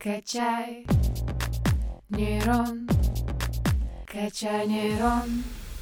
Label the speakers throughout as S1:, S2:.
S1: Качай нейрон, качай нейрон.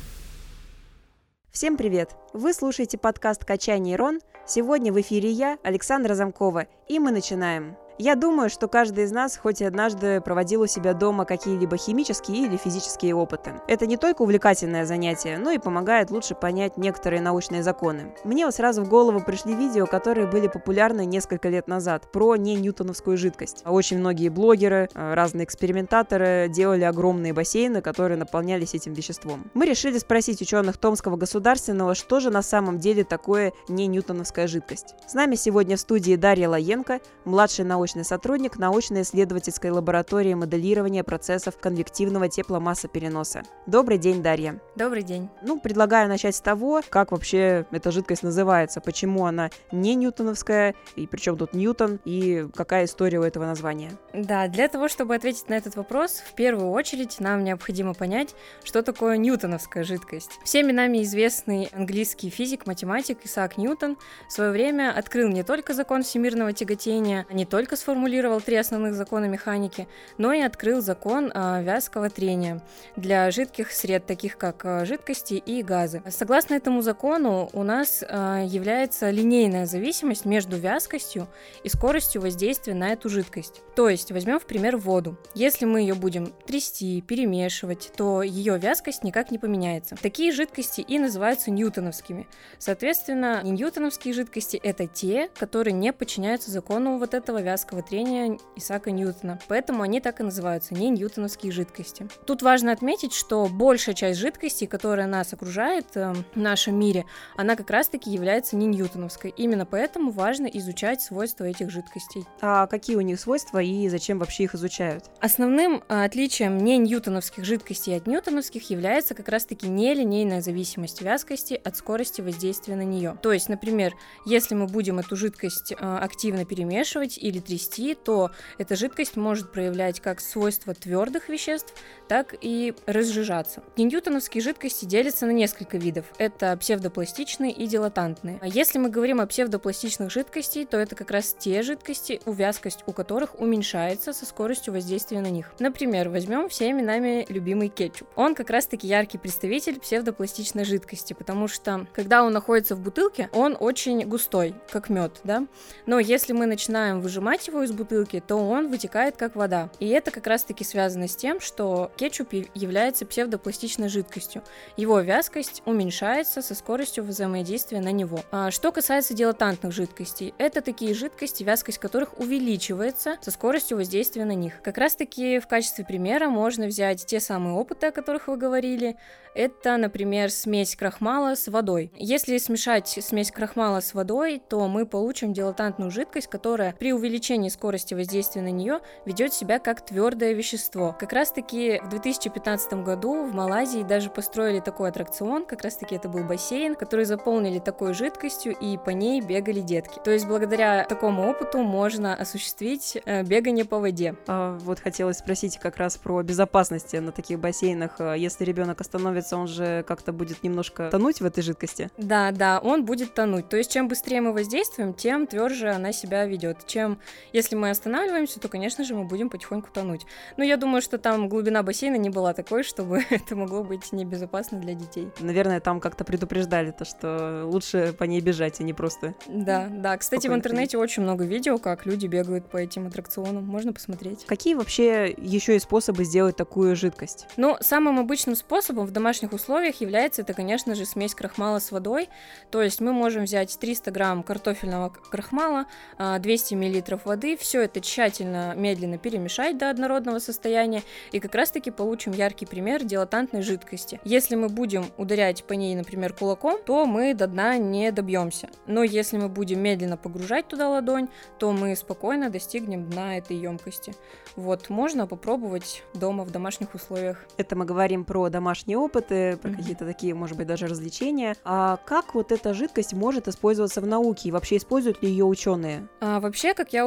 S2: Всем привет! Вы слушаете подкаст «Качай нейрон». Сегодня в эфире я, Александра Замкова, и мы начинаем. Я думаю, что каждый из нас хоть однажды проводил у себя дома какие-либо химические или физические опыты. Это не только увлекательное занятие, но и помогает лучше понять некоторые научные законы. Мне сразу в голову пришли видео, которые были популярны несколько лет назад, про неньютоновскую жидкость. Очень многие блогеры, разные экспериментаторы делали огромные бассейны, которые наполнялись этим веществом. Мы решили спросить ученых Томского государственного, что же на самом деле такое неньютоновская жидкость. С нами сегодня в студии Дарья Лаенко, младший научный сотрудник научно-исследовательской лаборатории моделирования процессов конвективного тепломассопереноса. Добрый день, Дарья.
S3: Добрый день.
S2: Предлагаю начать с того, как вообще эта жидкость называется, почему она не ньютоновская, и причем тут Ньютон, и какая история у этого названия.
S3: Да, для того, чтобы ответить на этот вопрос, в первую очередь нам необходимо понять, что такое ньютоновская жидкость. Всеми нами известный английский физик, математик Исаак Ньютон в свое время открыл не только закон всемирного тяготения, не только сформулировал 3 основных закона механики, но и открыл закон вязкого трения для жидких сред, таких как жидкости и газы. Согласно этому закону у нас является линейная зависимость между вязкостью и скоростью воздействия на эту жидкость. То есть возьмем в пример воду. Если мы ее будем трясти, перемешивать, то ее вязкость никак не поменяется. Такие жидкости и называются ньютоновскими. Соответственно, ньютоновские жидкости — это те, которые не подчиняются закону вот этого вязкого трения Исаака Ньютона. Поэтому они так и называются, не ньютоновские жидкости. Тут важно отметить, что большая часть жидкостей, которая нас окружает в нашем мире, она как раз-таки является не ньютоновской. Именно поэтому важно изучать свойства этих жидкостей.
S2: А какие у них свойства и зачем вообще их изучают?
S3: Основным отличием не ньютоновских жидкостей от ньютоновских является как раз-таки нелинейная зависимость вязкости от скорости воздействия на нее. То есть, например, если мы будем эту жидкость активно перемешивать или трясти, то эта жидкость может проявлять как свойства твердых веществ, так и разжижаться. Ньютоновские жидкости делятся на несколько видов. Это псевдопластичные и дилатантные. А если мы говорим о псевдопластичных жидкостях, то это как раз те жидкости, вязкость у которых уменьшается со скоростью воздействия на них. Например, возьмем всеми нами любимый кетчуп. Он как раз-таки яркий представитель псевдопластичной жидкости, потому что когда он находится в бутылке, он очень густой, как мед, да? Но если мы начинаем выжимать его из бутылки, то он вытекает как вода. И это как раз-таки связано с тем, что кетчуп является псевдопластичной жидкостью. Его вязкость уменьшается со скоростью взаимодействия на него. А что касается дилатантных жидкостей, это такие жидкости, вязкость которых увеличивается со скоростью воздействия на них. Как раз-таки в качестве примера можно взять те самые опыты, о которых вы говорили. Это, например, смесь крахмала с водой. Если смешать смесь крахмала с водой, то мы получим дилатантную жидкость, которая при увеличении скорости воздействия на нее ведет себя как твердое вещество. Как раз-таки в 2015 году в Малайзии даже построили такой аттракцион, как раз-таки это был бассейн, который заполнили такой жидкостью, и по ней бегали детки. То есть благодаря такому опыту можно осуществить бегание по воде.
S2: Вот хотелось спросить как раз про безопасность на таких бассейнах. Если ребенок остановится, он же как-то будет немножко тонуть в этой жидкости?
S3: Да, он будет тонуть. То есть чем быстрее мы воздействуем, тем тверже она себя ведет. Если мы останавливаемся, то, конечно же, мы будем потихоньку тонуть. Но я думаю, что там глубина бассейна не была такой, чтобы это могло быть небезопасно для детей.
S2: Наверное, там как-то предупреждали, что лучше по ней бежать, а не просто...
S3: Да. Кстати, в интернете очень много видео, как люди бегают по этим аттракционам. Можно посмотреть.
S2: Какие вообще еще и способы сделать такую жидкость?
S3: Самым обычным способом в домашних условиях является это, конечно же, смесь крахмала с водой. То есть мы можем взять 300 грамм картофельного крахмала, 200 мл воды, все это тщательно, медленно перемешать до однородного состояния, и как раз-таки получим яркий пример дилатантной жидкости. Если мы будем ударять по ней, например, кулаком, то мы до дна не добьемся. Но если мы будем медленно погружать туда ладонь, то мы спокойно достигнем дна этой емкости. Можно попробовать дома в домашних условиях.
S2: Это мы говорим про домашние опыты, про какие-то такие, может быть, даже развлечения. А как эта жидкость может использоваться в науке? И вообще используют ли ее ученые?
S3: Вообще, как я уже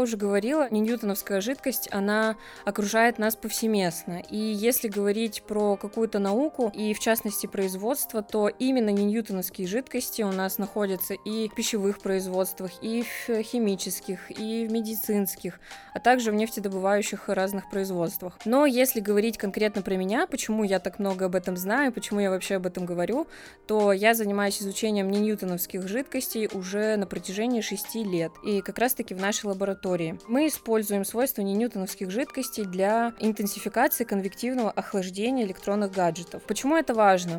S3: уже говорила, ньютоновская жидкость, она окружает нас повсеместно. И если говорить про какую-то науку, и в частности производство, то именно ньютоновские жидкости у нас находятся и в пищевых производствах, и в химических, и в медицинских, а также в нефтедобывающих разных производствах. Но если говорить конкретно про меня, почему я так много об этом знаю, почему я вообще об этом говорю, то я занимаюсь изучением ньютоновских жидкостей уже на протяжении 6 лет. И как раз-таки в нашей лаборатории. Мы используем свойства ньютоновских жидкостей для интенсификации конвективного охлаждения электронных гаджетов. Почему это важно?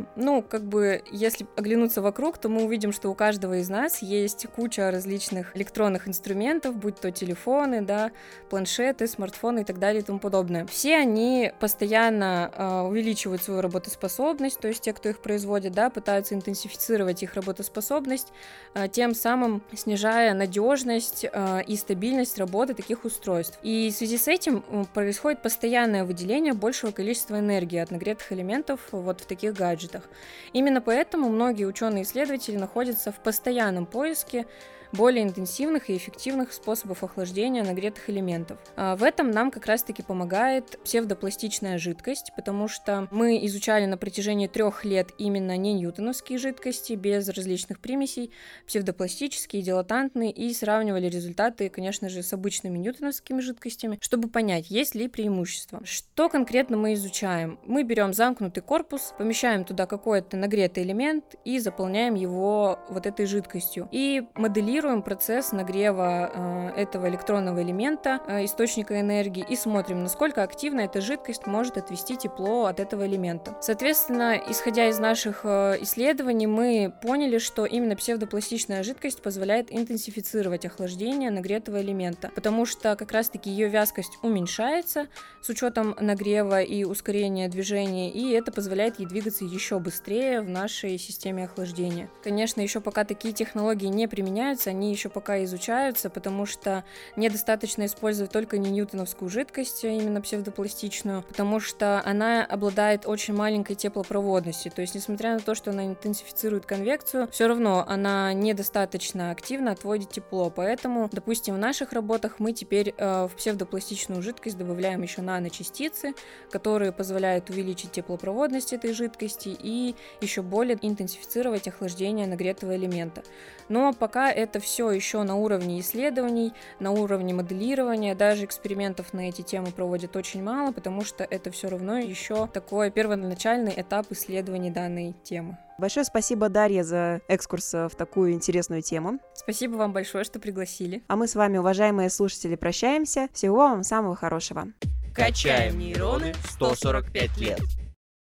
S3: Если оглянуться вокруг, то мы увидим, что у каждого из нас есть куча различных электронных инструментов, будь то телефоны, планшеты, смартфоны и так далее и тому подобное. Все они постоянно увеличивают свою работоспособность, то есть те, кто их производит, пытаются интенсифицировать их работоспособность, тем самым снижая надежность и стабильность работы таких устройств. И в связи с этим происходит постоянное выделение большего количества энергии от нагретых элементов в таких гаджетах. Именно поэтому многие ученые-исследователи находятся в постоянном поиске более интенсивных и эффективных способов охлаждения нагретых элементов. В этом нам как раз-таки помогает псевдопластичная жидкость, потому что мы изучали на протяжении 3 лет именно не ньютоновские жидкости, без различных примесей, псевдопластические, дилатантные, и сравнивали результаты, конечно же, с обычными ньютоновскими жидкостями, чтобы понять, есть ли преимущества. Что конкретно мы изучаем? Мы берем замкнутый корпус, помещаем туда какой-то нагретый элемент и заполняем его этой жидкостью. И моделируем процесс нагрева этого электронного элемента, источника энергии, и смотрим, насколько активно эта жидкость может отвести тепло от этого элемента. Соответственно, исходя из наших исследований, мы поняли, что именно псевдопластичная жидкость позволяет интенсифицировать охлаждение нагретого элемента, потому что как раз-таки ее вязкость уменьшается с учетом нагрева и ускорения движения, и это позволяет ей двигаться еще быстрее в нашей системе охлаждения. Конечно, еще пока такие технологии не применяются, они еще пока изучаются, потому что недостаточно использовать только не ньютоновскую жидкость, а именно псевдопластичную, потому что она обладает очень маленькой теплопроводностью, то есть несмотря на то, что она интенсифицирует конвекцию, все равно она недостаточно активно отводит тепло, поэтому, допустим, в наших работах мы теперь в псевдопластичную жидкость добавляем еще наночастицы, которые позволяют увеличить теплопроводность этой жидкости и еще более интенсифицировать охлаждение нагретого элемента. Но пока это все еще на уровне исследований, на уровне моделирования, даже экспериментов на эти темы проводят очень мало, потому что это все равно еще такой первоначальный этап исследований данной темы.
S2: Большое спасибо, Дарья, за экскурс в такую интересную тему.
S3: Спасибо вам большое, что пригласили.
S2: А мы с вами, уважаемые слушатели, прощаемся. Всего вам самого хорошего.
S4: Качаем нейроны 145 лет.